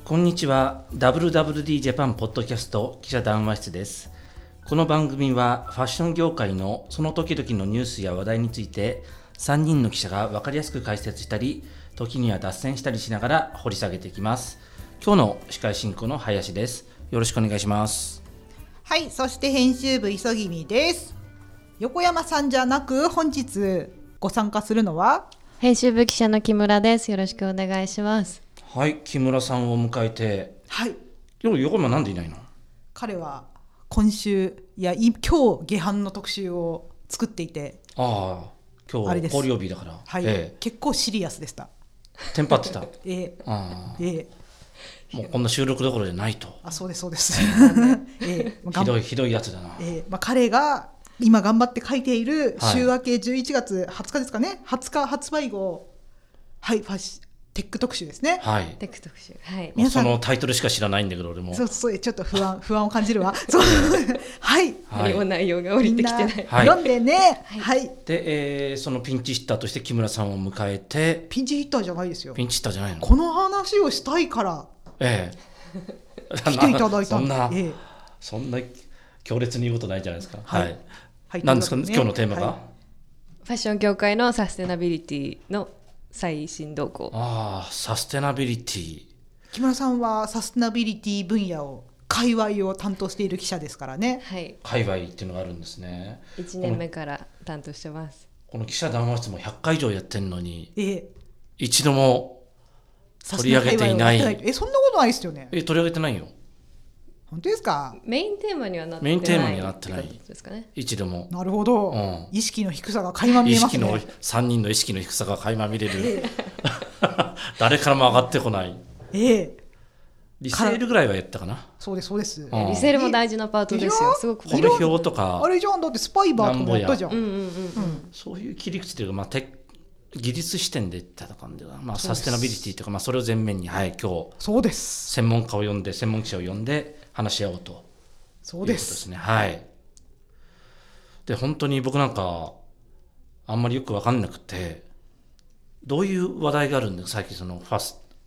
こんにちは。 WWD ジャパンポッドキャスト記者談話室です。この番組はファッション業界のその時々のニュースや話題について3人の記者が分かりやすく解説したり、時には脱線したりしながら掘り下げていきます。今日の司会進行の林です。よろしくお願いします。 はい、そして編集部磯君です。横山さんじゃなく本日ご参加するのは編集部記者の木村です。よろしくお願いします。 はい、木村さんを迎えて。 はい。 横山なんでいないの？ 彼は今週今日下半の特集を作っていて、 今日交流日だから、 はい、結構シリアスでした。 テンパってた。もうこんな収録どころじゃないと。 そうですそうです。 ひどいやつだな。 彼が今頑張って書いている週明け11月20日ですかね、20日発売号、はい、テック特集ですね。 はい。 テック特集。はい。 皆さんそのタイトルしか知らないんだけど俺も。 そうちょっと不安を感じるわ。はい。 何も内容が降りてきてない。 読んでね。はい。 で、そのピンチヒッターとして木村さんを迎えて。 ピンチヒッターじゃないですよ。 ピンチヒッターじゃないの？この話をしたいから。来ていただいたんだ。 そんな強烈に言うことないじゃないですか。 はい。 何ですか今日のテーマが？ ファッション業界のサステナビリティの最新動向。 サステナビリティ。 木村さんはサステナビリティ分野を界隈を担当している記者ですからね。 はい。 界隈っていうのがあるんですね。 1年目から担当してます。 この記者談話室も100回以上やってんのに、一度も取り上げていない。 そんなことないですよね。 取り上げてないよ。 本当ですか？ メインテーマにはなってない。 メインテーマにはなってないですかね。 一度も。 なるほど、意識の低さが垣間見えますね。 3人の意識の低さが垣間見れる、誰からも上がってこない。リセールぐらいはやったかな。 そうですそうです、 リセールも大事なパートですよ。すごくこの表とかあれじゃん、だってスパイバーとかもやったじゃん。 そういう切り口というか、技術視点で言った感じが、サステナビリティというか、それを前面に、今日そうです専門家を呼んで専門記者を呼んで話し合おうと。 そうです。 はい。で本当に僕なんかあんまりよく分かんなくて、どういう話題があるんだよ最近。そのファ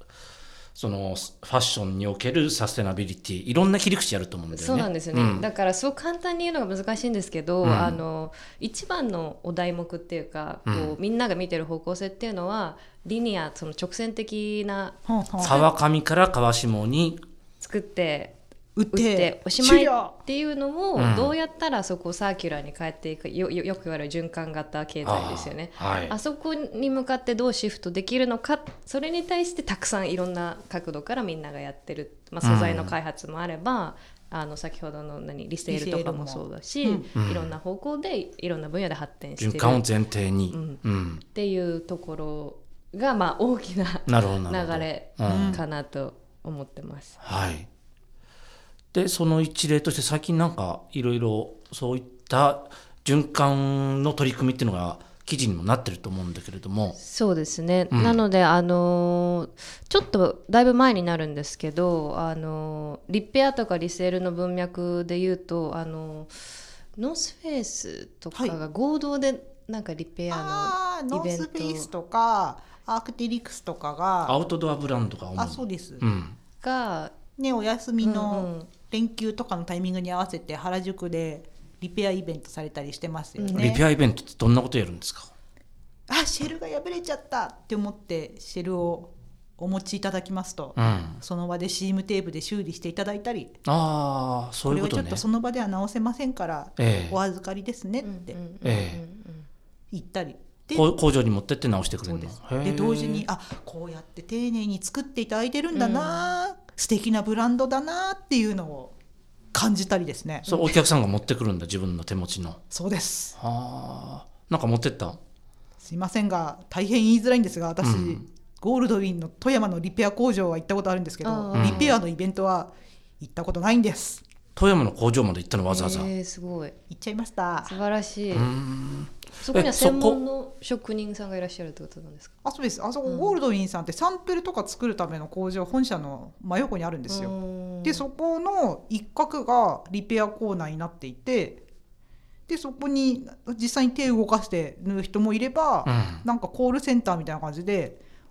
ッションにおけるサステナビリティ、いろんな切り口あると思うんだよね。 そうなんですよね、だからすごく簡単に言うのが難しいんですけど、一番のお題目っていうか、みんなが見てる方向性っていうのはリニア、その直線的な川上から川下に作って売っておしまいっていうのをどうやったらそこをサーキュラーに変えていく、よく言われる循環型経済ですよね。あそこに向かってどうシフトできるのか、それに対してたくさんいろんな角度からみんながやってる、素材の開発もあれば、先ほどのリセールとかもそうだし、いろんな方向でいろんな分野で発展してる循環を前提に、 っていうところが大きな流れかなと思ってます。 はい。でその一例として最近なんかいろいろそういった循環の取り組みっていうのが記事にもなってると思うんだけれども。 そうですね、なのでちょっとだいぶ前になるんですけど、リペアとかリセールの文脈でいうとノースフェイスとかが合同でなんかリペアのイベント、 ノースフェイスとかアークテリクスとかがアウトドアブランドが主にそうです、 がね、お休みの連休とかのタイミングに合わせて原宿でリペアイベントされたりしてますよね。 リペアイベントってどんなことやるんですか？ シェルが破れちゃったって思ってシェルをお持ちいただきますと、その場でシームテープで修理していただいたり、 そういうことね。 これをちょっとその場では直せませんから、お預かりですねって言ったり、 工場に持ってって直してくれるの。 そうです。で同時にこうやって丁寧に作っていただいてるんだな、素敵なブランドだなっていうのを感じたりですね。 お客さんが持ってくるんだ、自分の手持ちの。 そうです。 なんか持ってった？ すいませんが大変言いづらいんですが、私、ゴールドウィンの富山のリペア工場は行ったことあるんですけど、リペアのイベントは行ったことないんです。 富山の工場まで行ったの？わざわざ。 すごい。 行っちゃいました。 素晴らしい。そこには専門の職人さんがいらっしゃるってことなんですか？ そうです。あそこ、ゴールドウィンさんってサンプルとか作るための工場、本社の真横にあるんですよ。でそこの一角がリペアコーナーになっていて、でそこに実際に手を動かして縫う人もいれば、なんかコールセンターみたいな感じで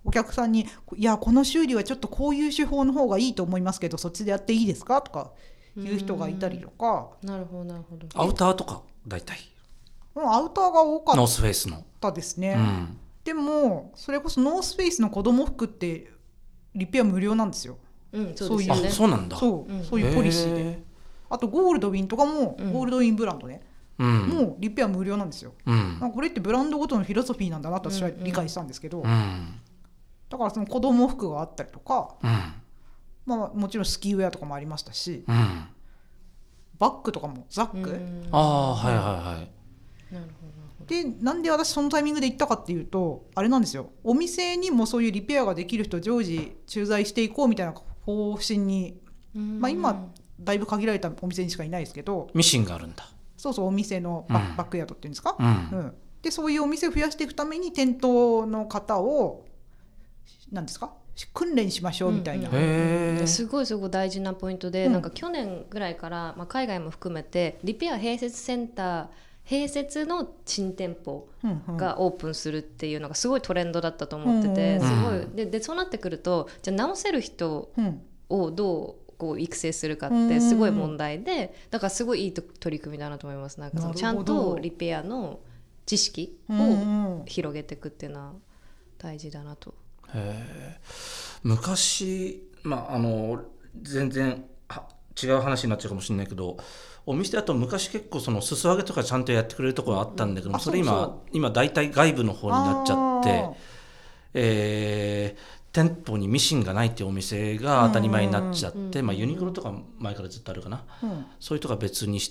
お客さんにいやこの修理はちょっとこういう手法の方がいいと思いますけどそっちでやっていいですかとかいう人がいたりとか。 なるほどなるほど。 アウターとか大体アウターが多かノースフェイスのったですね、でもそれこそノースフェイスの子供服ってリペア無料なんですよ、 そうですよね。 そうなんだ。 そういうポリシーで。あとゴールドウィンとかも、ゴールドウィンブランドね、もうリペア無料なんですよ、これってブランドごとのフィロソフィーなんだなと私は理解したんですけど、だからその子供服があったりとか、まあ、もちろんスキーウェアとかもありましたし、バッグとかもザック、 はいはいはい。 なるほど。 でなんで私そのタイミングで行ったかっていうとあれなんですよ、お店にもそういうリペアができる人常時駐在していこうみたいな方針に、今だいぶ限られたお店にしかいないですけど、 ミシンがあるんだ。 そうお店のバックヤードっていうんですか、でそういうお店を増やしていくために店頭の方を何ですか訓練しましょうみたいな、 すごい大事なポイントで、なんか去年ぐらいから、海外も含めてリペア併設センター併設の新店舗がオープンするっていうのがすごいトレンドだったと思ってて、すごいでそうなってくるとじゃあ直せる人をどうこう育成するかってすごい問題で、だからすごいいい取り組みだなと思います。なんかそのちゃんとリペアの知識を広げていくっていうのは大事だなと。 昔、全然違う話になっちゃうかもしれないけど、お店だと昔結構その裾上げとかちゃんとやってくれるところあったんだけども、それ今大体外部の方になっちゃって、店舗にミシンがないっていうお店が当たり前になっちゃって、ユニクロとか前からずっとあるかな、そういうとこは別にして、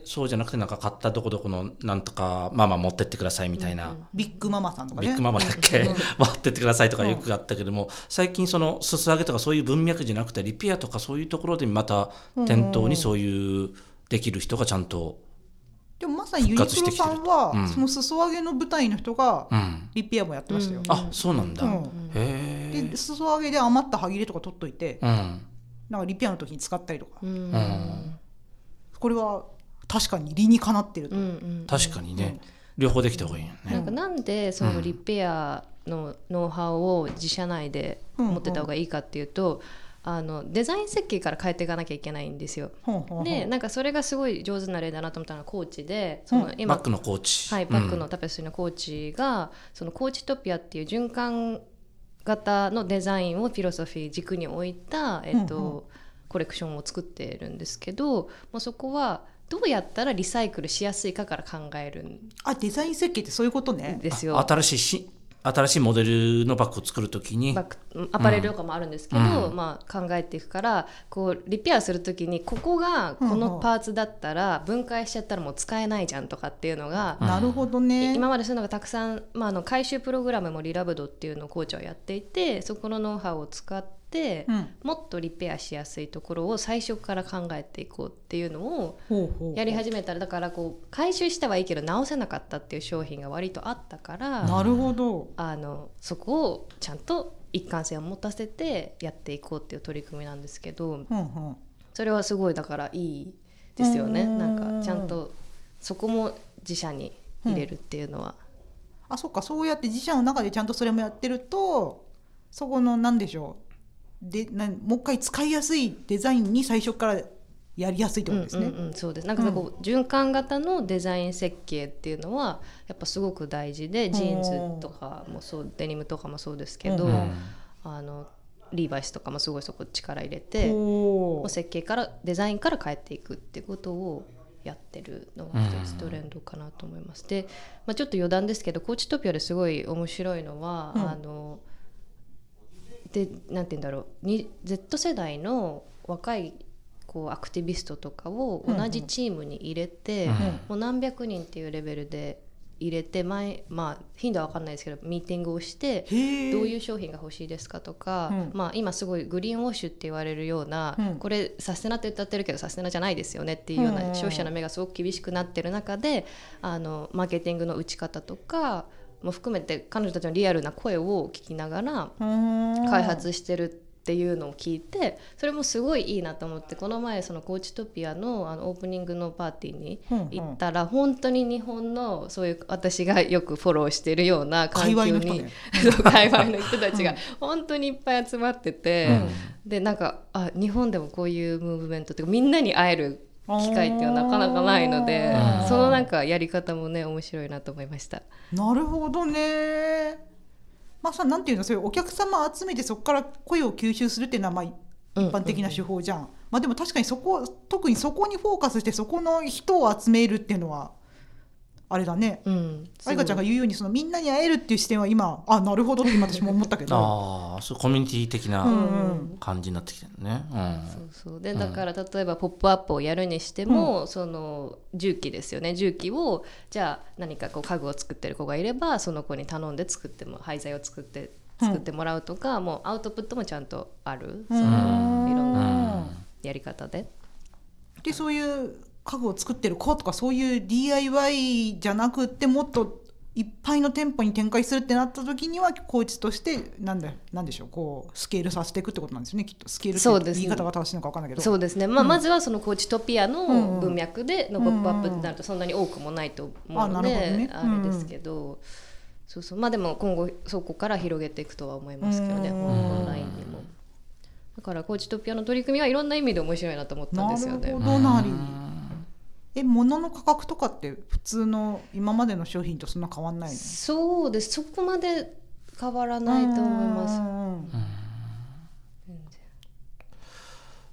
そうじゃなくてなんか買ったどこどこのなんとかママ持ってってくださいみたいな、 ビッグママさんとかね、 ビッグママだっけ持ってってくださいとかよくあったけども、最近その裾上げとかそういう文脈じゃなくてリペアとかそういうところでまた店頭にそういうできる人がちゃんとでもまさにユニクロさんは、その裾上げの舞台の人がリペアもやってましたよ、 そうなんだ、 で裾上げで余った端切れとか取っといて、なんかリペアの時に使ったりとか、これは確かに理にかなってると、 確かにね、両方できた方がいいよね。 なんでそのリペアのノウハウを自社内で持ってた方がいいかっていうと、デザイン設計から変えていかなきゃいけないんですよ。でなんかそれがすごい上手な例だなと思ったのがコーチで、 今バックのコーチ、 バックのタペストリーのコーチが、そのコーチトピアっていう循環型のデザインをフィロソフィー軸に置いた、コレクションを作っているんですけど、そこはどうやったらリサイクルしやすいかから考えるんデザイン設計ってそういうことね。 ですよ。 新しいモデルのバッグを作るときにアパレルとかもあるんですけど、考えていくから、こうリペアするときにここがこのパーツだったら分解しちゃったらもう使えないじゃんとかっていうのが、 なるほどね。 今までそういうのがたくさん、回収プログラムもリラブドっていうのをコーチはやっていて、そこのノウハウを使って、もっとリペアしやすいところを最初から考えていこうっていうのをやり始めたら、だからこう回収したはいいけど直せなかったっていう商品が割とあったから、 なるほど、 そこをちゃんと一貫性を持たせてやっていこうっていう取り組みなんですけど、それはすごいだからいいですよね。なんかちゃんとそこも自社に入れるっていうのは、 そっか、そうやって自社の中でちゃんとそれもやってると、そこの何でしょうでもう一回使いやすいデザインに最初からやりやすいってことですね。 そうです。なんかこう、循環型のデザイン設計っていうのはやっぱすごく大事で、ジーンズとかもそうデニムとかもそうですけど、リーバイスとかもすごいそこ力入れて、もう設計からデザインから変えていくってことをやってるのが一つトレンドかなと思います。で、ちょっと余談ですけど、コーチトピアですごい面白いのは、でなんて言うんだろう、Z 世代の若いこうアクティビストとかを同じチームに入れて、もう何百人っていうレベルで入れて、頻度は分かんないですけどミーティングをして、どういう商品が欲しいですかとか、今すごいグリーンウォッシュって言われるような、これサステナって歌ってるけどサステナじゃないですよねっていうような消費者の目がすごく厳しくなってる中で、マーケティングの打ち方とかも含めて彼女たちのリアルな声を聞きながら開発してるっっていうのを聞いて、それもすごいいいなと思って、この前そのコーチトピアのオープニングのパーティーに行ったら、本当に日本のそういう私がよくフォローしてるような環境に界隈の人たちが本当にいっぱい集まってて、でなんか日本でもこういうムーブメントってみんなに会える機会っていうのはなかなかないので、そのなんかやり方もね面白いなと思いました。 なるほどね。まあさ、なんていうの、そういうお客様集めてそこから声を吸収するっていうのはまあ一般的な手法じゃん。まあでも確かに特にそこにフォーカスしてそこの人を集めるっていうのはあれだね。愛花ちゃんが言うようにそのみんなに会えるっていう視点は今なるほどって今私も思ったけどそうコミュニティ的な感じになってきてるね。 そうでだから例えばポップアップをやるにしても、その重機ですよね。重機をじゃあ何かこう家具を作ってる子がいればその子に頼んで廃材を作ってもらうとか、もうアウトプットもちゃんとある、そのいろんなやり方でそういう家具を作ってる子とかそういう DIY じゃなくってもっといっぱいの店舗に展開するってなった時にはコーチとしてなんでしょう、こうスケールさせていくってことなんですよね、きっと。スケールって言い方が正しいのか分かんないけど。 そうですね、まずはそのコーチトピアの文脈でのポップアップになるとそんなに多くもないと思うので、あれですけど、まあでも今後そこから広げていくとは思いますけどね、オンラインにも。だからコーチトピアの取り組みはいろんな意味で面白いなと思ったんですよね。 なるほどなり。物の価格とかって普通の今までの商品とそんな変わんないの？ そうです、そこまで変わらないと思います。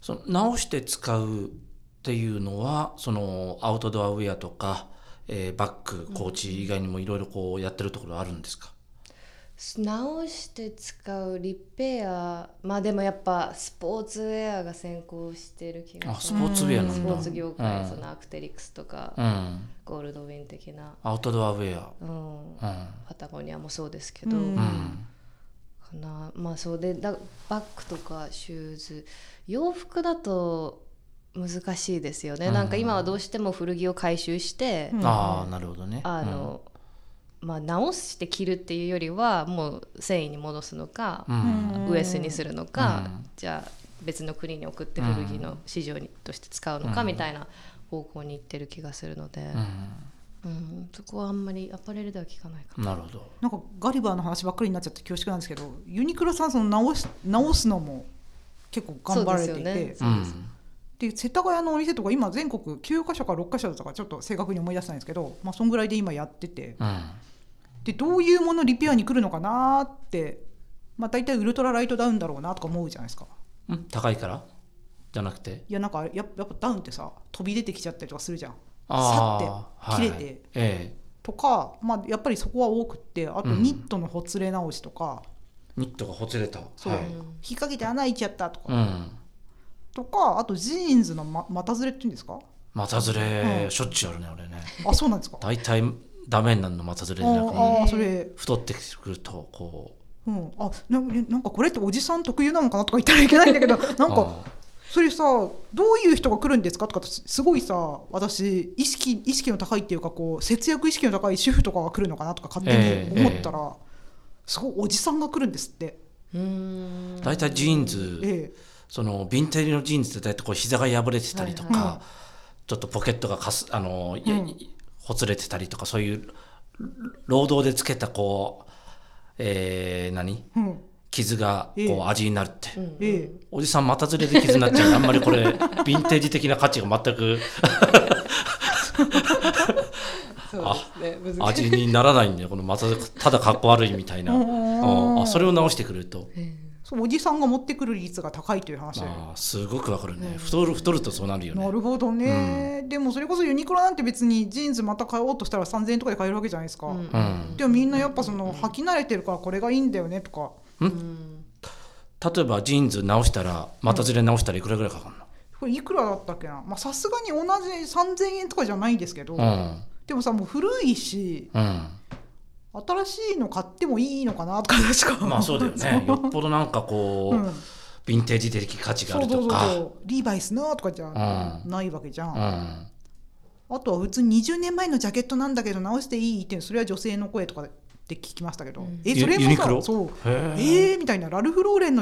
直して使うっていうのはそのアウトドアウェアとか、バッグコーチ以外にもいろいろこうやってるところあるんですか？ 直して使うリペア、まあでもやっぱスポーツウェアが先行してる気がします。 スポーツウェアなんだ。 スポーツ業界、そのアクテリクスとか、ゴールドウィン的なアウトドアウェア、 パタゴニアもそうですけど、かな。まあそうでバッグとかシューズ、洋服だと難しいですよね。なんか今はどうしても古着を回収して、 なるほどね。 直して着るっていうよりはもう繊維に戻すのか、ウエスにするのか、じゃあ別の国に送って古着の市場として使うのかみたいな方向に行ってる気がするので、そこはあんまりアパレルでは聞かないかも。 なるほど。 なんかガリバーの話ばっかりになっちゃって恐縮なんですけど、ユニクロさんその直すのも結構頑張られていて、で世田谷のお店とか今全国9カ所か6カ所だったかちょっと正確に思い出せないんですけど、そんぐらいで今やってて、でどういうものリペアに来るのかなって、大体ウルトラライトダウンだろうなとか思うじゃないですか。 高いからじゃなくて、 いやなんかやっぱダウンってさ飛び出てきちゃったりとかするじゃん。さって切れて、とか、やっぱりそこは多くって、あとニットのほつれ直しとか、 ニットがほつれた、 引っ掛けて穴開いちゃったとか、あとジーンズの股ずれっていうんですか？ 股ずれ、しょっちゅうあるね俺ね。 そうなんですか？ 大体ダメになるの股ずれじゃなくて、 それ太ってくるとこう、 なんかこれっておじさん特有なのかなとか言ったらいけないんだけどなんかそれさ、どういう人が来るんですかとか、すごいさ、私意識の高いっていうか、こう節約意識の高い主婦とかが来るのかなとか勝手に思ったら、すごいおじさんが来るんですって。 大体ジーンズ、そのヴィンテージのジーンズって大体こう膝が破れてたりとか、ちょっとポケットがほつれてたりとか、そういう労働でつけたこう、傷がこう味になるって、おじさん股ずれで傷になっちゃう。あんまりこれヴィンテージ的な価値が全く味にならないんで、この股ただかっこ悪いみたいな、それを直してくると、 おじさんが持ってくる率が高いという話で、 すごくわかるね。太るとそうなるよね。 なるほどね、でもそれこそユニクロなんて別にジーンズまた買おうとしたら3000円とかで買えるわけじゃないですか、でもみんなやっぱその履き慣れてるからこれがいいんだよねとか、 例えばジーンズ直したら股ずれ直したらいくらぐらいかかるの？ これいくらだったっけな、さすがに同じ3000円とかじゃないんですけど、でもさもう古いし、新しいの買ってもいいのかなとか確かそうだよねよっぽどなんかこう、ヴィンテージ的価値があるとか、 リーバイスなとかじゃないわけじゃん、あとは普通に20年前のジャケットなんだけど直していいって、それは女性の声とかって聞きましたけど、それもさ、そうみたいな、ラルフローレンの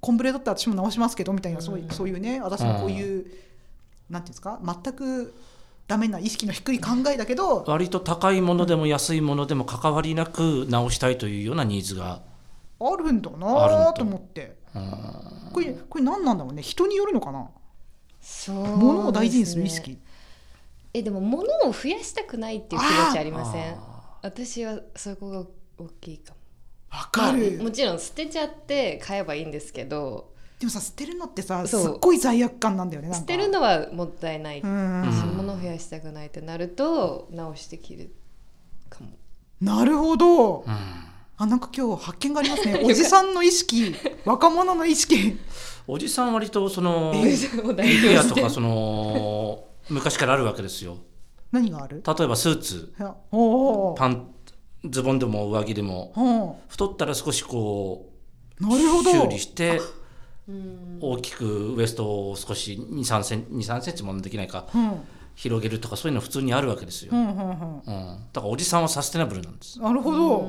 コンブレだったら私も直しますけどみたいな、そういうね、私もこういう、なんていうんですか、全くダメな意識の低い考えだけど、 割と高いものでも安いものでも関わりなく直したいというようなニーズがあるんだなと思って、これ何なんだろうね、人によるのかな。物を大事にする意識。 でも物を増やしたくないっていう気持ちありません？私はそこが大きいかも。 わかる、 もちろん捨てちゃって買えばいいんですけど、 でもさ、捨てるのってさ、すっごい罪悪感なんだよね。なんか捨てるのはもったいない、物を増やしたくないってなると直してきるかも。 なるほど、なんか今日発見がありますね。おじさんの意識若者の意識。 おじさん割とそのイデアとかその昔からあるわけですよ。 何がある？ 例えばスーツ、パン、ズボンでも上着でも、太ったら少しこう修理して大きくウエストを少し 2,3 センチもできないか、広げるとか、そういうの普通にあるわけですよ。だからおじさんはサステナブルなんです。 なるほど。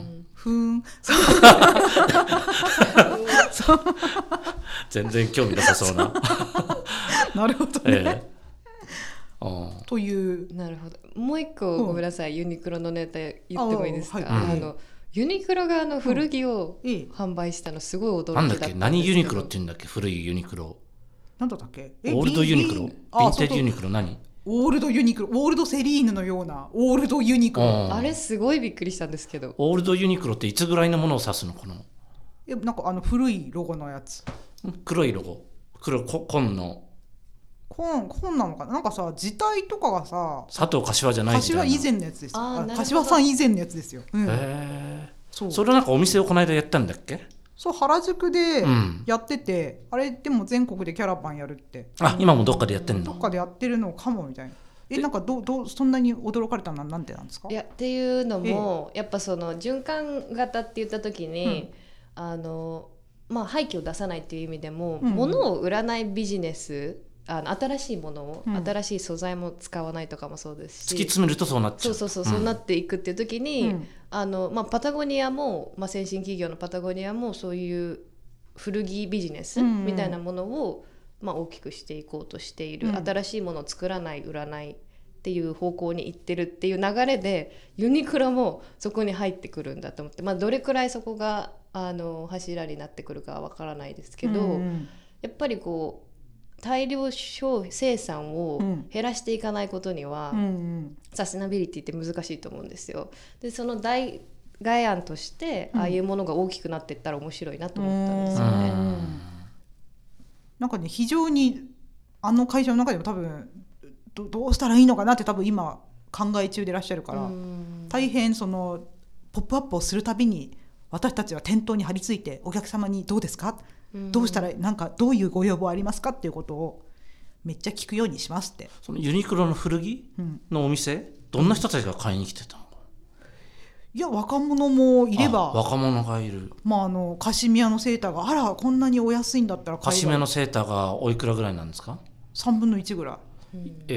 全然興味なさそうな。 なるほどね。という。 なるほど。もう一個ごめんなさい、ユニクロのネタ言ってもいいですか？ユニクロが古着を販売したのすごい驚きだったんですけど。 なんだっけ、何ユニクロって言うんだっけ、古いユニクロ。 なんだったっけ？ オールドユニクロ、ヴィンテージユニクロ、何？ オールドユニクロ、オールドセリーヌのようなオールドユニクロ。 あれすごいびっくりしたんですけど。 オールドユニクロっていつぐらいのものを指すのかな？ なんか古いロゴのやつ。 黒いロゴ、紺の。 紺なのかな。なんかさ、字体とかがさ、 佐藤柏じゃないみたいな。 柏以前のやつですよ。柏さん以前のやつですよ。 それなんかお店をこの間やったんだっけ？ そう、原宿でやってて、あれでも全国でキャラバンやるって。 今もどっかでやってるの？ どっかでやってるのかもみたいな。なんかそんなに驚かれたのはなんでなんですか？ っていうのも、やっぱその循環型って言った時に、廃棄を出さないっていう意味でも、物を売らないビジネス、新しいものを、新しい素材も使わないとかもそうですし、 突き詰めるとそうなっちゃう。 そうなっていくっていう時に、パタゴニアも、先進企業のパタゴニアもそういう古着ビジネスみたいなものを、大きくしていこうとしている、新しいものを作らない売らないっていう方向に行ってるっていう流れで、ユニクロもそこに入ってくるんだと思って、どれくらいそこが柱になってくるかはわからないですけど、やっぱりこう大量生産を減らしていかないことには、サステナビリティって難しいと思うんですよ。でその代案として、ああいうものが大きくなっていったら面白いなと思ったんですよね。 なんかね、非常に会社の中でも多分 どうしたらいいのかなって多分今考え中でいらっしゃるから、大変そのポップアップをするたびに私たちは店頭に張り付いて、お客様にどうですか、どうしたら、なんかどういうご要望ありますかっていうことをめっちゃ聞くようにしますって。 そのユニクロの古着のお店、どんな人たちが買いに来てたの？ いや、若者もいれば、 若者がいる。 カシミヤのセーターが、あらこんなにお安いんだったらカシミヤのセーターがおいくらぐらいなんですか ？3分の1ぐらい、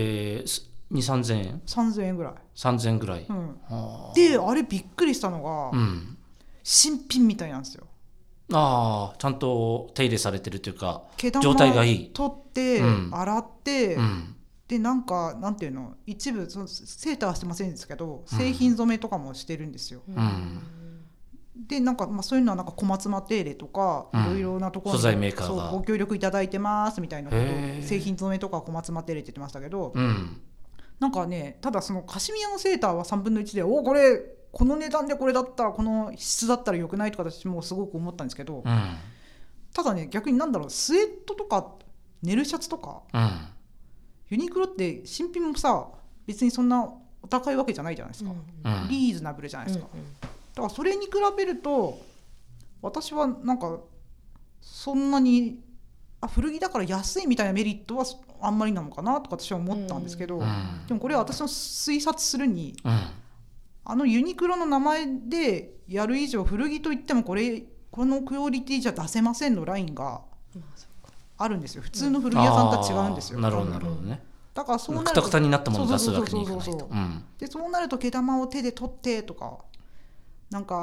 2,3000円 3000円ぐらい、 3000円ぐらい、 で、あれびっくりしたのが、新品みたいなんですよ。 ちゃんと手入れされてるというか、状態がいい。 取って、洗って、でなんていうの、一部セーターはしてませんですけど、製品染めとかもしてるんですよ。でなんか、そういうのはなんか小松マテーレとか、いろいろなところに素材メーカーがご協力いただいてますみたいなこと、製品染めとか小松マテーレって言ってましたけど、なんかね、ただそのカシミヤのセーターは3分の1で、この値段でこれだったら、この質だったらよくないとか私もすごく思ったんですけど、ただね、逆にスウェットとかネルシャツとか、ユニクロって新品もさ、別にそんなお高いわけじゃないじゃないですか、リーズナブルじゃないですか、だからそれに比べると私はなんかそんなに古着だから安いみたいなメリットはあんまりなのかなとか私は思ったんですけど、でもこれは私の推察するに、ユニクロの名前でやる以上、古着といってもこのクオリティじゃ出せませんのラインがあるんですよ。普通の古着屋さんとは違うんですよ。 なるほどね。 だからそうなるとクタクタになったものを出すわけにいかないと。 でそうなると毛玉を手で取ってとか、なんか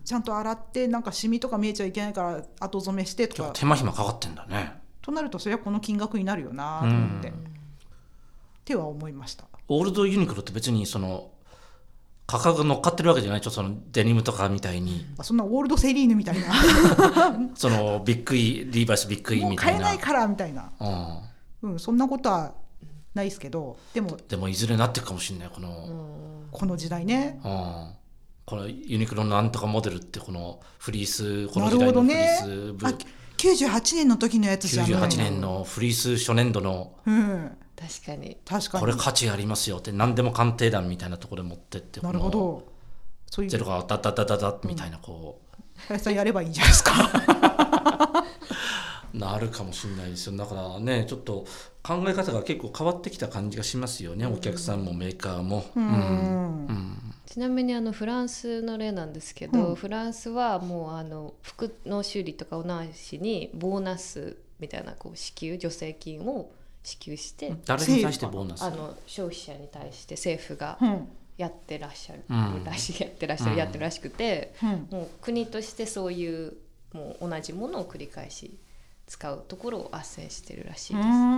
ちゃんと洗ってなんかシミとか見えちゃいけないから後染めしてとか手間暇かかってんだね。 となるとそれはこの金額になるよなと思って、っては思いました。 オールドユニクロって別にその価格が乗っかってるわけじゃない。ちょっとそのデニムとかみたいに、 そんなオールドセリーヌみたいなそのビッグイリーバイスビッグイみたいな、 もう買えないからみたいな、そんなことはないですけど、でもいずれなっていくかもしれない、 この時代ね。 このユニクロのなんとかモデルってこのフリース、この時代のフリース部、 98年の時のやつじゃない。 98年のフリース初年度の、 確かにこれ価値ありますよって、何でも鑑定団みたいなところで持ってって、 なるほど、 そういうゼロがダダダダダみたいな、こう林さんやればいいんじゃないですかなるかもしれないですよ。だからね、ちょっと考え方が結構変わってきた感じがしますよね、お客さんもメーカーも。 ちなみにフランスの例なんですけど、フランスはもう服の修理とかをなしにボーナスみたいな支給、助成金を支給して、 誰に対してボーナス？ 消費者に対して政府がやってらっしゃるらしくて、もう国としてそういうもう同じものを繰り返し使うところを斡旋してるらしい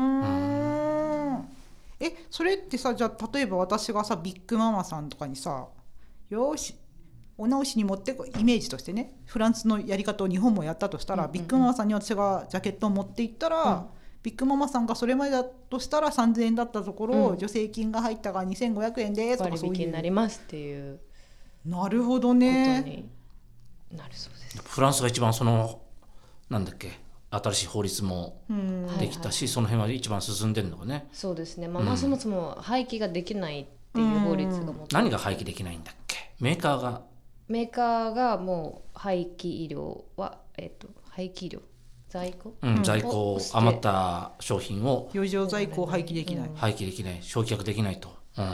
です。それってさ、じゃあ例えば私がさビッグママさんとかにさ、よしお直しに持ってこイメージとしてね、フランスのやり方を日本もやったとしたら、ビッグママさんに私がジャケットを持っていったら、ビッグママさんがそれまでだとしたら3000円だったところ、助成金が入ったが2500円ですとか、 割引になりますっていう、 なるほどね、 ことになるそうです。 フランスが一番なんだっけ、新しい法律もできたし、その辺は一番進んでるのがね。 そうですね、そもそも廃棄ができないっていう法律がも何が廃棄できないんだっけ。メーカーがもう廃棄量は、廃棄量在庫、 在庫余った商品を余剰在庫を廃棄できない、 焼却できないと、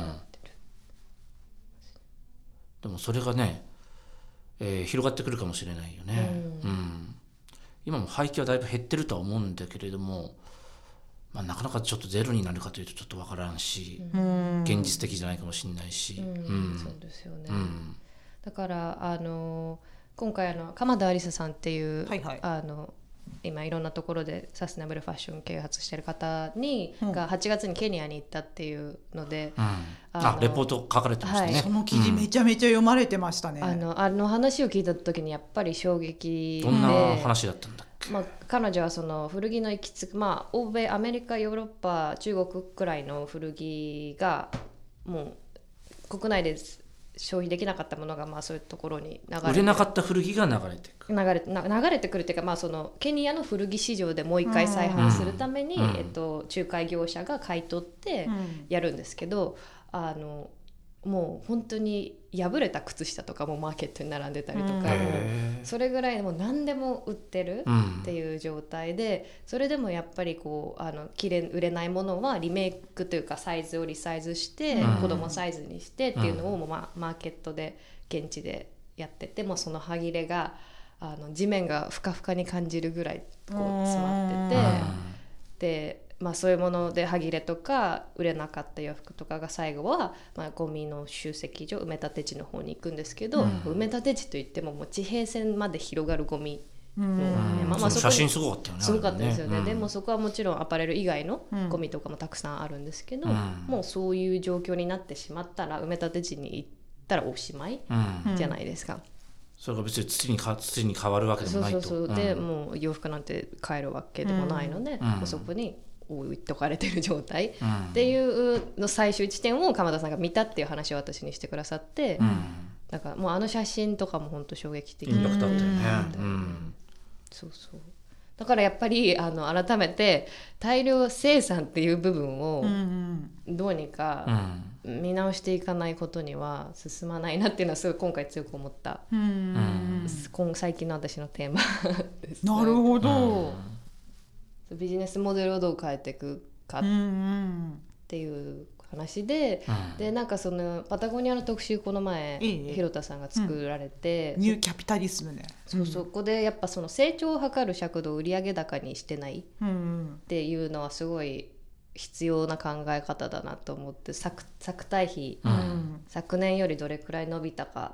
でもそれがね、広がってくるかもしれないよね。今も廃棄はだいぶ減ってるとは思うんだけれども、なかなかちょっとゼロになるかというとちょっと分からんし、現実的じゃないかもしれないし、 そうですよね。だから今回鎌田有沙さんっていう、今いろんなところでサステナブルファッション啓発してる方が8月にケニアに行ったっていうので、 レポート書かれてましたね。 その記事めちゃめちゃ読まれてましたね。 話を聞いた時にやっぱり衝撃で。 どんな話だったんだっけ。 彼女はその古着の行き着く、欧米、アメリカ、ヨーロッパ、中国くらいの古着がもう国内で消費できなかったものがそういうところに売れなかった古着が流れてくる流れてくるっていうか、そのケニアの古着市場でもう一回再販するために、仲介業者が買い取ってやるんですけど、もう本当に破れた靴下とかもマーケットに並んでたりとか、もうそれぐらいもう何でも売ってるっていう状態で、それでもやっぱり売れないものはリメイクというかサイズをリサイズして、子供サイズにしてっていうのをマーケットで現地でやってて、もその歯切れが地面がふかふかに感じるぐらい詰まってて、でそういうもので歯切れとか売れなかった洋服とかが最後は、ゴミの集積所、埋め立て地の方に行くんですけど、埋め立て地といってももう地平線まで広がるゴミの、写真すごかったよね。 すごかったですよね。でもそこはもちろんアパレル以外のゴミとかもたくさんあるんですけど、もうそういう状況になってしまったら埋め立て地に行ったらおしまいじゃないですか。 それが別に土に変わるわけでもないと。 でもう洋服なんて買えるわけでもないので、もうそこに置いとかれてる状態っていうの最終地点を鎌田さんが見たっていう話を私にしてくださって、だからもう写真とかも本当衝撃的だったよね。 そうだからやっぱり改めて大量生産っていう部分をどうにか見直していかないことには進まないなっていうのはすごい今回強く思った、最近の私のテーマですね。 なるほど。 ビジネスモデルをどう変えていくかっていう話で、でなんかそのパタゴニアの特集この前、広田さんが作られて、 ニューキャピタリズムね。 そこでやっぱその成長を図る尺度を売上高にしてないっていうのはすごい必要な考え方だなと思って、作対比、昨年よりどれくらい伸びたか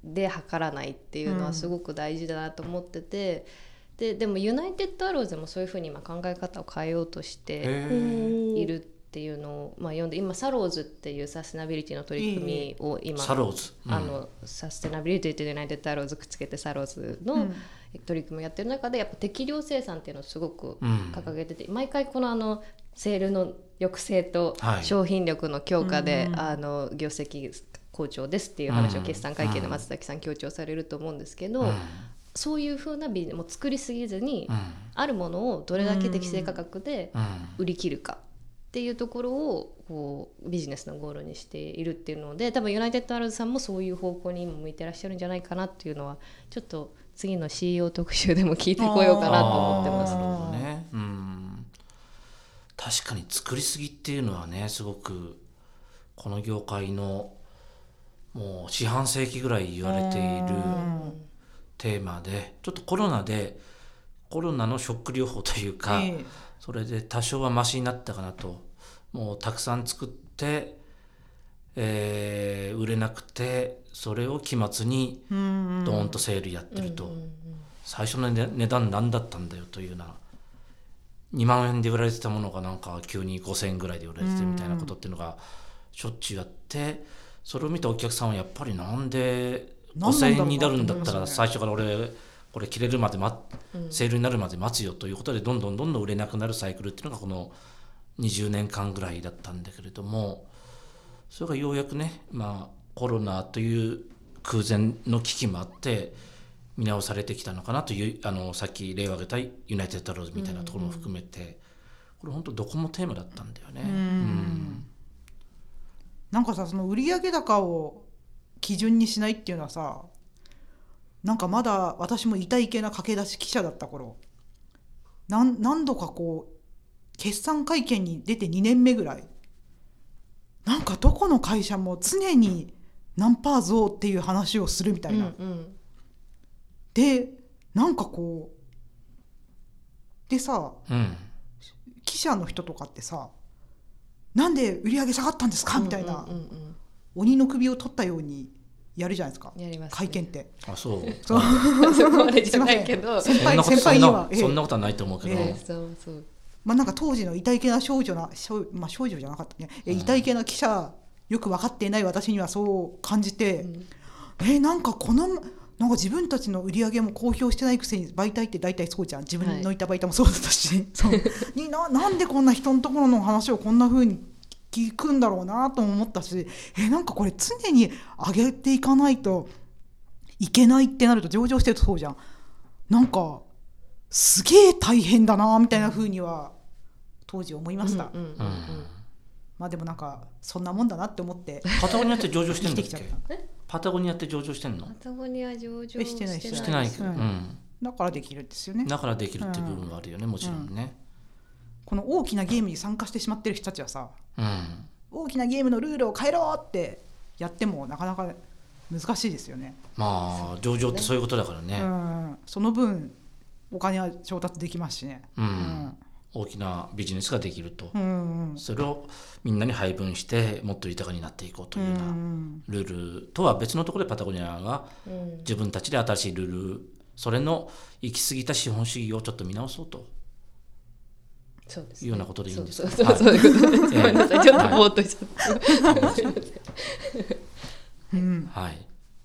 で測らないっていうのはすごく大事だなと思ってて、でもユナイテッドアローズもそういうふうに今考え方を変えようとしているっていうのを読んで、今サローズっていうサステナビリティの取り組みを今サローズ、 サステナビリティとユナイテッドアローズくっつけてサローズの取り組みをやってる中で、やっぱ適量生産っていうのをすごく掲げてて、毎回このセールの抑制と商品力の強化で、業績好調ですっていう話を決算会見で松崎さん強調されると思うんですけど、そういう風なビジネスも作りすぎずに、あるものをどれだけ適正価格で売り切るかっていうところをこうビジネスのゴールにしているっていうので、多分ユナイテッドアローズさんもそういう方向に今向いてらっしゃるんじゃないかなっていうのは、ちょっと次の CEO 特集でも聞いてこようかなと思ってます。 なるほどね。確かに作りすぎっていうのはね、すごくこの業界のもう四半世紀ぐらい言われているテーマで、ちょっとコロナのショック療法というか、それで多少はマシになったかなと。もうたくさん作って、売れなくて、それを期末にドーンとセールやってると、最初の値段何だったんだよというような、2万円で売られてたものがなんか急に5000円ぐらいで売られてるみたいなことっていうのがしょっちゅうあって、それを見たお客さんはやっぱりなんで5000円になるんだったら最初から俺これ切れるまでセールになるまで待つよということで、どんどん売れなくなるサイクルっていうのがこの20年間ぐらいだったんだけれども、それがようやくね、コロナという空前の危機もあって見直されてきたのかなという、さっき例を挙げたユナイテッドアローズみたいなところも含めて、これ本当どこもテーマだったんだよね。 なんかさ、その売上高を基準にしないっていうのはさ、なんかまだ私も痛い系な駆け出し記者だった頃、何度かこう決算会見に出て2年目ぐらい、なんかどこの会社も常に何パー増っていう話をするみたいな、でなんかこうでさ、記者の人とかってさ、なんで売り上げ下がったんですかみたいな、鬼の首を取ったようにやるじゃないですか、 やりますね、 会見って。 そうそこまでじゃないけど、 先輩にはそんなことはないと思うけど、 なんか当時の痛い系な少女じゃなかったね、痛い系な記者、よく分かっていない私にはそう感じて、なんかなんか自分たちの売り上げも公表してないくせに、媒体って大体そうじゃん、自分のいた媒体もそうだったし、なんでこんな人のところの話をこんな風に聞くんだろうなと思ったし、なんかこれ常に上げていかないといけないってなると、上場してるとそうじゃん、なんかすげえ大変だなみたいな風には当時思いました。でもなんかそんなもんだなって思って。 パタゴニアって上場してんだっけ？パタゴニアって上場してんの？ パタゴニア上場してないけど、 だからできるんですよね。 だからできるっていう部分があるよね、もちろんね。 この大きなゲームに参加してしまってる人たちはさ、大きなゲームのルールを変えろってやってもなかなか難しいですよね。 上場ってそういうことだからね。 その分お金は調達できますしね。 大きなビジネスができると、それをみんなに配分してもっと豊かになっていこうというようなルールとは別のところで、パタゴニアが自分たちで新しいルール、それの行き過ぎた資本主義をちょっと見直そうというようなことでいいんですか？ そういうことです。ごめんなさい、ちょっとぼーっとしちゃった。 はい。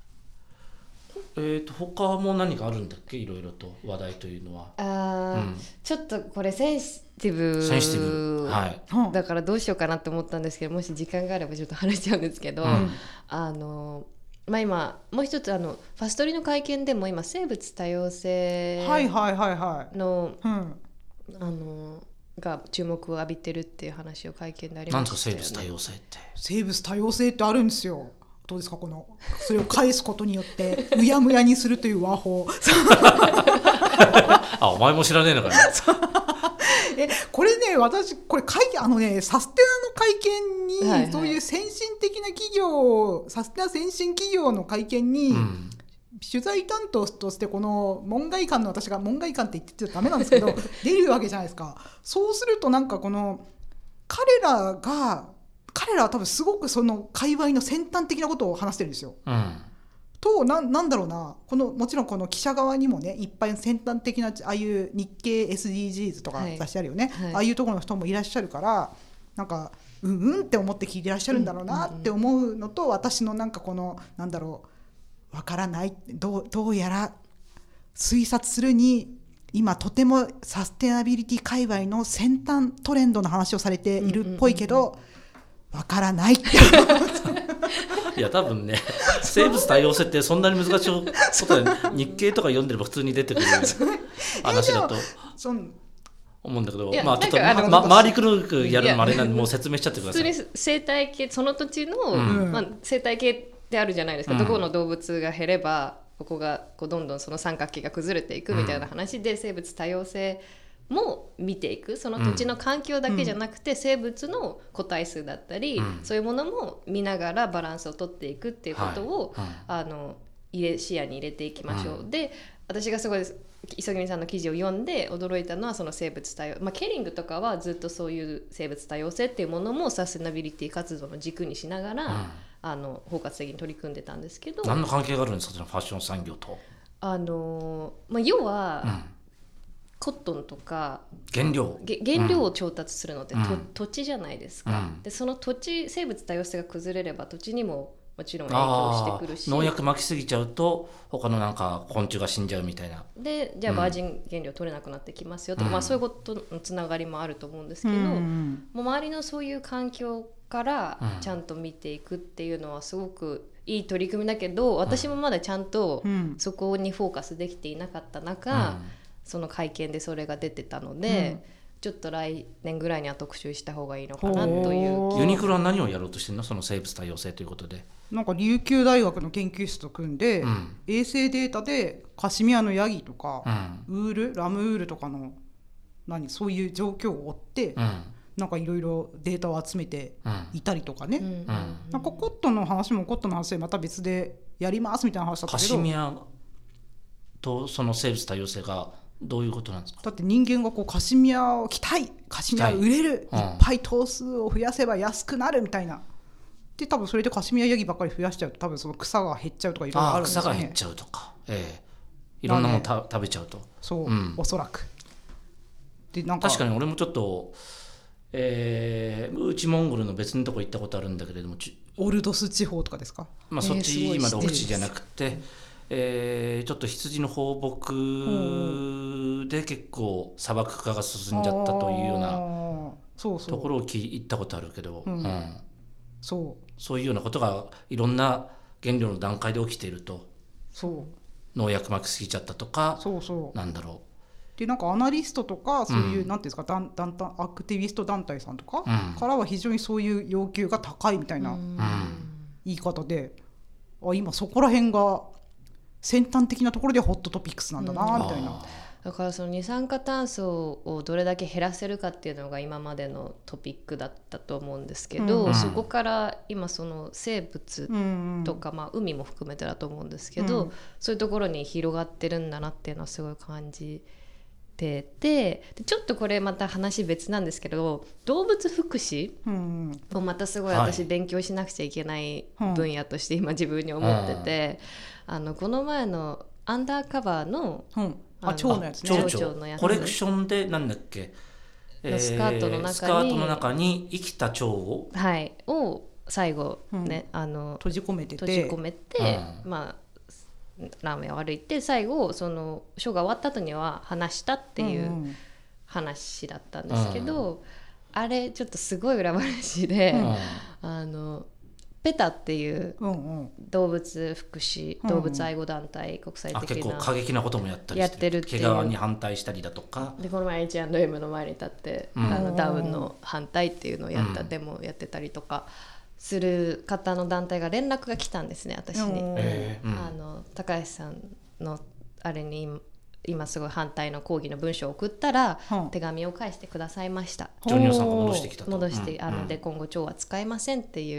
他も何かあるんだっけ、いろいろと話題というのは。 ちょっとこれセンシティブ、だからどうしようかなって思ったんですけど、もし時間があればちょっと話しちゃうんですけど、今もう一つファストリの会見でも今生物多様性のが注目を浴びてるっていう話を会見でありましたよね。 なんですか生物多様性って。 生物多様性ってあるんですよ。どうですか、それを返すことによってうやむやにするという和法お前も知らねえのかよこれね、私これサステナの会見に、そういう先進的な企業、サステナ先進企業の会見に、取材担当としてこの門外漢の私が、門外漢って言ってちゃダメなんですけど出るわけじゃないですか。そうするとなんか彼らは多分すごくその界隈の先端的なことを話してるんですよ。 となんだろうな、もちろんこの記者側にもねいっぱい先端的なああいう日経 SDGs とか雑誌あるよね、はいはい、ああいうところの人もいらっしゃるから、なんかうんって思って聞いてらっしゃるんだろうなって思うのと、私のなんかこのなんだろう、わからない、どうやら推察するに今とてもサステナビリティ界隈の先端トレンドの話をされているっぽいけど、わからないっていや多分ね、生物多様性ってそんなに難しいことで日経とか読んでれば普通に出てくる話だと思うんだけど、まあちょっと回りくるくやるのもあれなんでもう説明しちゃってください。 普通に生態系、その土地の、生態系ってあるじゃないですか、どこの動物が減ればここがこうどんどんその三角形が崩れていくみたいな話で、生物多様性も見ていく、その土地の環境だけじゃなくて、生物の個体数だったり、そういうものも見ながらバランスを取っていくっていうことを、視野に入れていきましょう。で、私がすごい磯君さんの記事を読んで驚いたのはその生物多様、ケリングとかはずっとそういう生物多様性っていうものもサステナビリティ活動の軸にしながら、包括的に取り組んでたんですけど。 何の関係があるんですか、そのファッション産業と。 要は、コットンとか原料を調達するのって、土地じゃないですか、でその土地、生物多様性が崩れれば土地にももちろん影響してくるし、 農薬撒きすぎちゃうと他のなんか昆虫が死んじゃうみたいなで、じゃあバージン原料取れなくなってきますよとか、そういうことのつながりもあると思うんですけど、もう周りのそういう環境からちゃんと見ていくっていうのはすごくいい取り組みだけど、私もまだちゃんとそこにフォーカスできていなかった中、その会見でそれが出てたので、ちょっと来年ぐらいには特集した方がいいのかなという。 ユニクロは何をやろうとしてるの、その生物多様性ということで。 なんか琉球大学の研究室と組んで、衛星データでカシミヤのヤギとか、ウール、ラムウールとかのそういう状況を追って、なんかいろいろデータを集めていたりとかね、なんかコットンの話もコットンの話でまた別でやりますみたいな話だったけど、 カシミヤとその生物多様性がどういうことなんですか。 だって人間がこうカシミヤを着たい、カシミヤ売れる、いっぱい頭数を増やせば安くなるみたいなで、多分それでカシミヤヤギばっかり増やしちゃうと多分その草が減っちゃうとかいろいろあるんですよね。 草が減っちゃうとか、いろんなもの食べちゃうと、 そう、おそらくで、なんか確かに俺もちょっと、内モンゴルの別のとこ行ったことあるんだけれども、 オルドス地方とかですか。 そっちまで奥地じゃなくて、ちょっと羊の放牧で結構砂漠化が進んじゃったというようなところを行ったことあるけど、そういうようなことがいろんな原料の段階で起きていると、農薬撒きすぎちゃったとか、なんだろうで、なんかアナリストとかそういう、なんていうんですか、アクティビスト団体さんとかからは非常にそういう要求が高いみたいな言い方で、今そこら辺が先端的なところでホットトピックスなんだなみたいな。 だからその二酸化炭素をどれだけ減らせるかっていうのが今までのトピックだったと思うんですけど、そこから今その生物とか、海も含めてだと思うんですけど、そういうところに広がってるんだなっていうのはすごい感じてて、ちょっとこれまた話別なんですけど、動物福祉をまたすごい私勉強しなくちゃいけない分野として今自分に思ってて、この前のアンダーカバーの蝶のやつね、 蝶のやつコレクションでなんだっけ、 スカートの中に生きた蝶を最後ね、 閉じ込めて、 ラーメンを歩いて最後そのショーが終わった後には話したっていう話だったんですけど、あれちょっとすごい裏話で、ペタっていう動物福祉、動物愛護団体、国際的な結構過激なこともやったりしてる、毛皮に反対したりだとかで、この前 H&M の前に立って、ダウンの反対っていうのをやった、デモをやってたりとかする方の団体が連絡が来たんですね、私に。高橋さんのあれに今すごい反対の抗議の文章を送ったら、手紙を返してくださいました。 ジョニオさんが戻してきたと。 で今後蝶は使えませんっていう、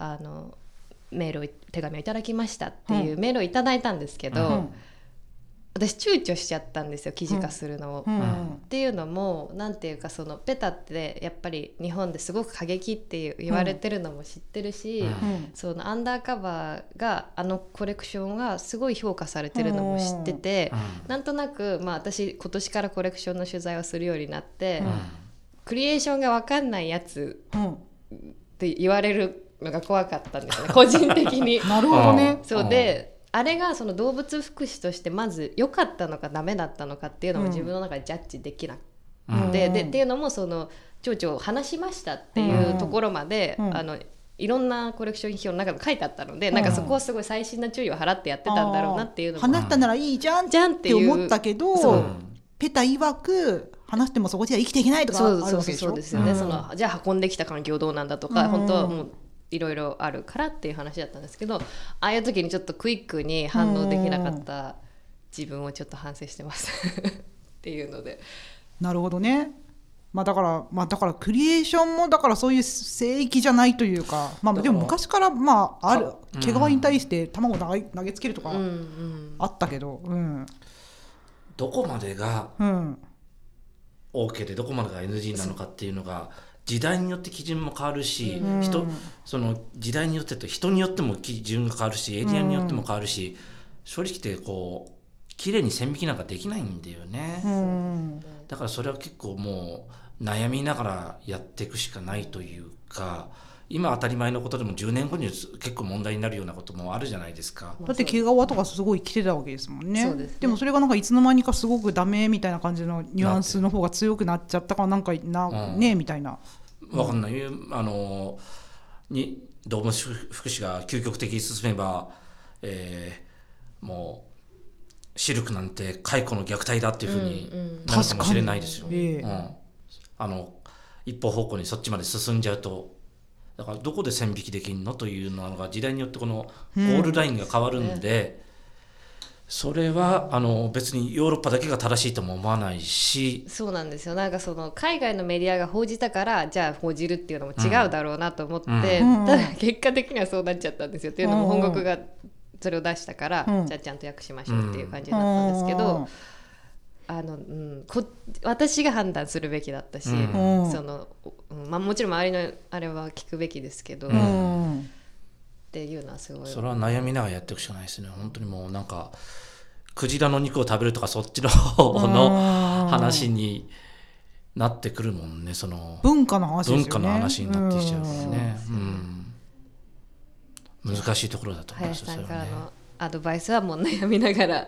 手紙をいただきましたっていうメールをいただいたんですけど、 私躊躇しちゃったんですよ記事化するのを、っていうのもなんていうかそのペタってやっぱり日本ですごく過激って言われてるのも知ってるし、そのアンダーカバーがコレクションがすごい評価されてるのも知ってて、なんとなく、私今年からコレクションの取材をするようになって、クリエーションが分かんないやつって言われるのが怖かったんですよね個人的になるほどね。 そうであれがその動物福祉としてまず良かったのかダメだったのかっていうのも自分の中でジャッジできなくて、でっていうのもその町長話しましたっていうところまで、いろんなコレクション表の中で書いてあったので、なんかそこはすごい細心な注意を払ってやってたんだろうなっていうのも、 話したならいいじゃんって思ったけど、ペタ曰く話してもそこでは生きていけないとかあるわけでしょ。 そうですよね、じゃあ運んできた環境どうなんだとか、本当はもういろいろあるからっていう話だったんですけど、ああいう時にちょっとクイックに反応できなかった自分をちょっと反省してますっていうので。 なるほどね。だからクリエーションもだからそういう聖域じゃないというか、でも昔からある毛皮に対して卵を投げつけるとかあったけど、 どこまでが OK でどこまでが NG なのかっていうのが時代によって基準も変わるし、その時代によってと人によっても基準が変わるし、エリアによっても変わるし、正直言って綺麗に線引きなんかできないんだよね。だからそれは結構もう悩みながらやっていくしかないというか、今当たり前のことでも10年後に結構問題になるようなこともあるじゃないですか。 だって毛皮とかすごい着てたわけですもんね。でもそれがなんかいつの間にかすごくダメみたいな感じのニュアンスの方が強くなっちゃったからなんかねみたいな。 分かんない。動物福祉が究極的に進めば、もうシルクなんて蚕の虐待だっていうふうになるかもしれないですよ。一方方向にそっちまで進んじゃうと、だからどこで線引きできるのというのが時代によってこのゴールラインが変わるんで、それは別にヨーロッパだけが正しいとも思わないし。 そうなんですよ。なんかその海外のメディアが報じたからじゃあ報じるっていうのも違うだろうなと思って、ただ結果的にはそうなっちゃったんですよ。っていうのも本国がそれを出したから、じゃあちゃんと訳しましょうっていう感じだったんですけど、私が判断するべきだったし、もちろん周りのあれは聞くべきですけど、っていうのはすごいそれは悩みながらやっていくしかないですね。本当にもうなんかクジラの肉を食べるとかそっちの方の話になってくるもんね。その文化の話ですよね。 文化の話になってきちゃうからね。難しいところだと思います。 林さんからのアドバイスはもう悩みながら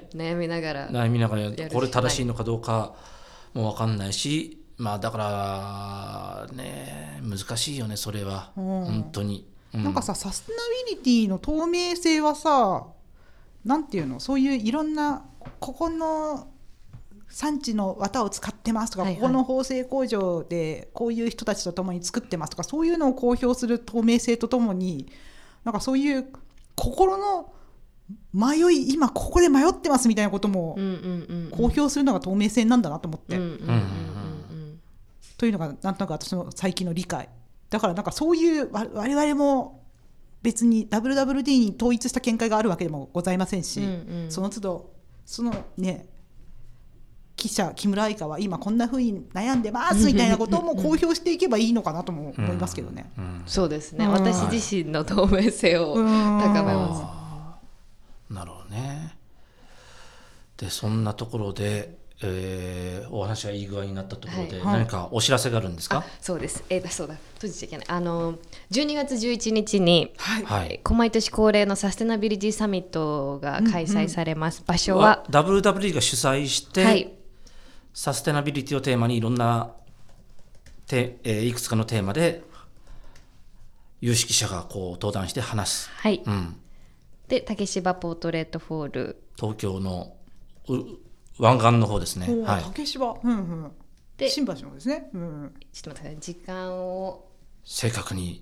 これ正しいのかどうかも分かんないし、だからね難しいよねそれは、本当に。 なんかさ、サステナビリティの透明性はさ、なんていうの、そういういろんなここの産地の綿を使ってますとか、ここの縫製工場でこういう人たちと共に作ってますとか、そういうのを公表する透明性とともに、なんかそういう心の迷い、今ここで迷ってますみたいなことも公表するのが透明性なんだなと思って、というのがなんとなく私の最近の理解だから、なんかそういう我々も別に WWD に統一した見解があるわけでもございませんし、その都度そのね記者木村愛香は今こんな風に悩んでますみたいなことも公表していけばいいのかなとも思いますけどね。 そうですね、私自身の透明性を高めます。 なるほどね。でそんなところで、お話がいい具合になったところで、何かお知らせがあるんですか？ そうです、そうだ、閉じちゃいけない。12月11日に、毎年恒例のサステナビリティサミットが開催されます。場所は WWD が主催して、サステナビリティをテーマにいろんないくつかのテーマで有識者がこう登壇して話す。で竹芝ポートレートホール、 東京の湾岸の方ですね。 竹芝、で新橋の方ですね。 ちょっと待ってください、時間を正確に、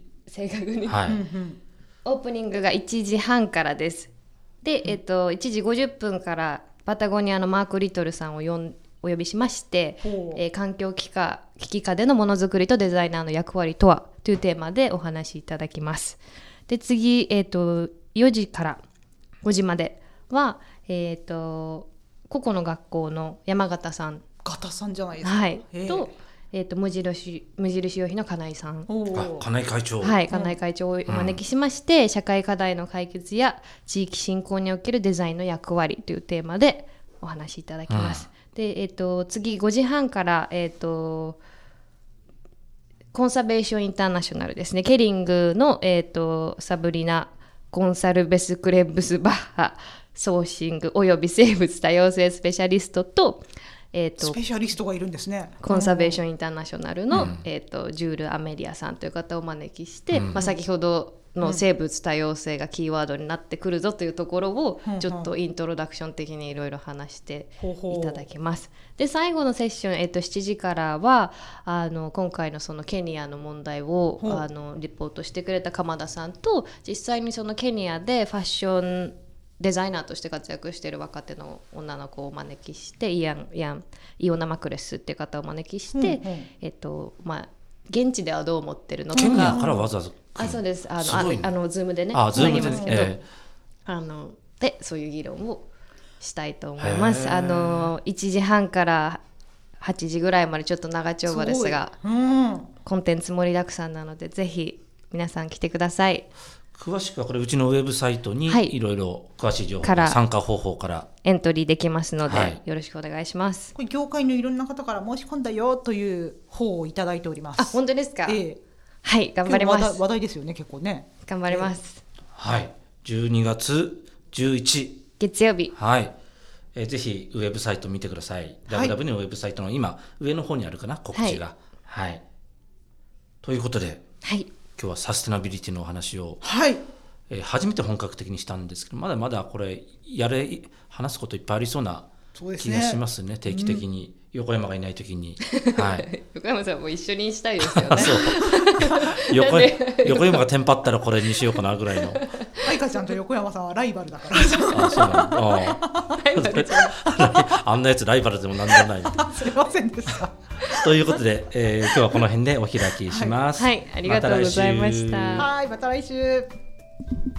オープニングが1時半からです。で、1時50分からパタゴニアのマーク・リトルさんをお呼びしまして、環境危機下でのものづくりとデザイナーの役割とはというテーマでお話しいただきます。で次、4時から5時までは、 個々の学校の山形さんじゃないですか、 はい、と、無印良品の金井さん、 金井会長、 はい、金井会長をお招きしまして、社会課題の解決や地域振興におけるデザインの役割というテーマでお話しいただきます。で、次5時半から、コンサベーションインターナショナルですね、ケリングの、サブリナ・コンサルベス・クレブスバッハソーシングおよび生物多様性スペシャリストと、 スペシャリストがいるんですね。 コンサベーションインターナショナルの、ジュール・アメリアさんという方をお招きして、先ほどの生物多様性がキーワードになってくるぞというところをちょっとイントロダクション的にいろいろ話していただきます。で最後のセッション、7時からは今回のそのケニアの問題をリポートしてくれた鎌田さんと、実際にそのケニアでファッションデザイナーとして活躍している若手の女の子をお招きして、イオナ・マクレスっていう方をお招きして、現地ではどう思ってるのとか、 ケニアからわざわざそうです、ズームでねズームでますけど、でそういう議論をしたいと思います。1時半から8時ぐらいまでちょっと長丁場ですが、コンテンツ盛りだくさんなのでぜひ皆さん来てください。 詳しくはこれうちのウェブサイトにいろいろ詳しい情報、参加方法からエントリーできますので、よろしくお願いします。 これ業界のいろんな方から申し込んだよという方をいただいております。 本当ですか？はい、頑張ります。 話題ですよね、結構ね。 頑張ります。 はい、12月11 月曜日、 はい、ぜひウェブサイト見てください。WW のウェブサイトの今上の方にあるかな、告知が。はい。ということで、 はい、 今日はサステナビリティのお話を、 はい初めて本格的にしたんですけど、まだまだこれ話すこといっぱいありそうな気がしますね、定期的に、横山がいない時に、はい、 横山さんも一緒にしたいですよね。 そう横山がテンパったらこれにしようかなぐらいの。 愛花ちゃんと横山さんはライバルだから。 そうなんだ。あんなやつライバルでもなんでもない。 すいませんでした。 ということで、今日はこの辺でお開きします。 はい、ありがとうございました。 はい、また来週。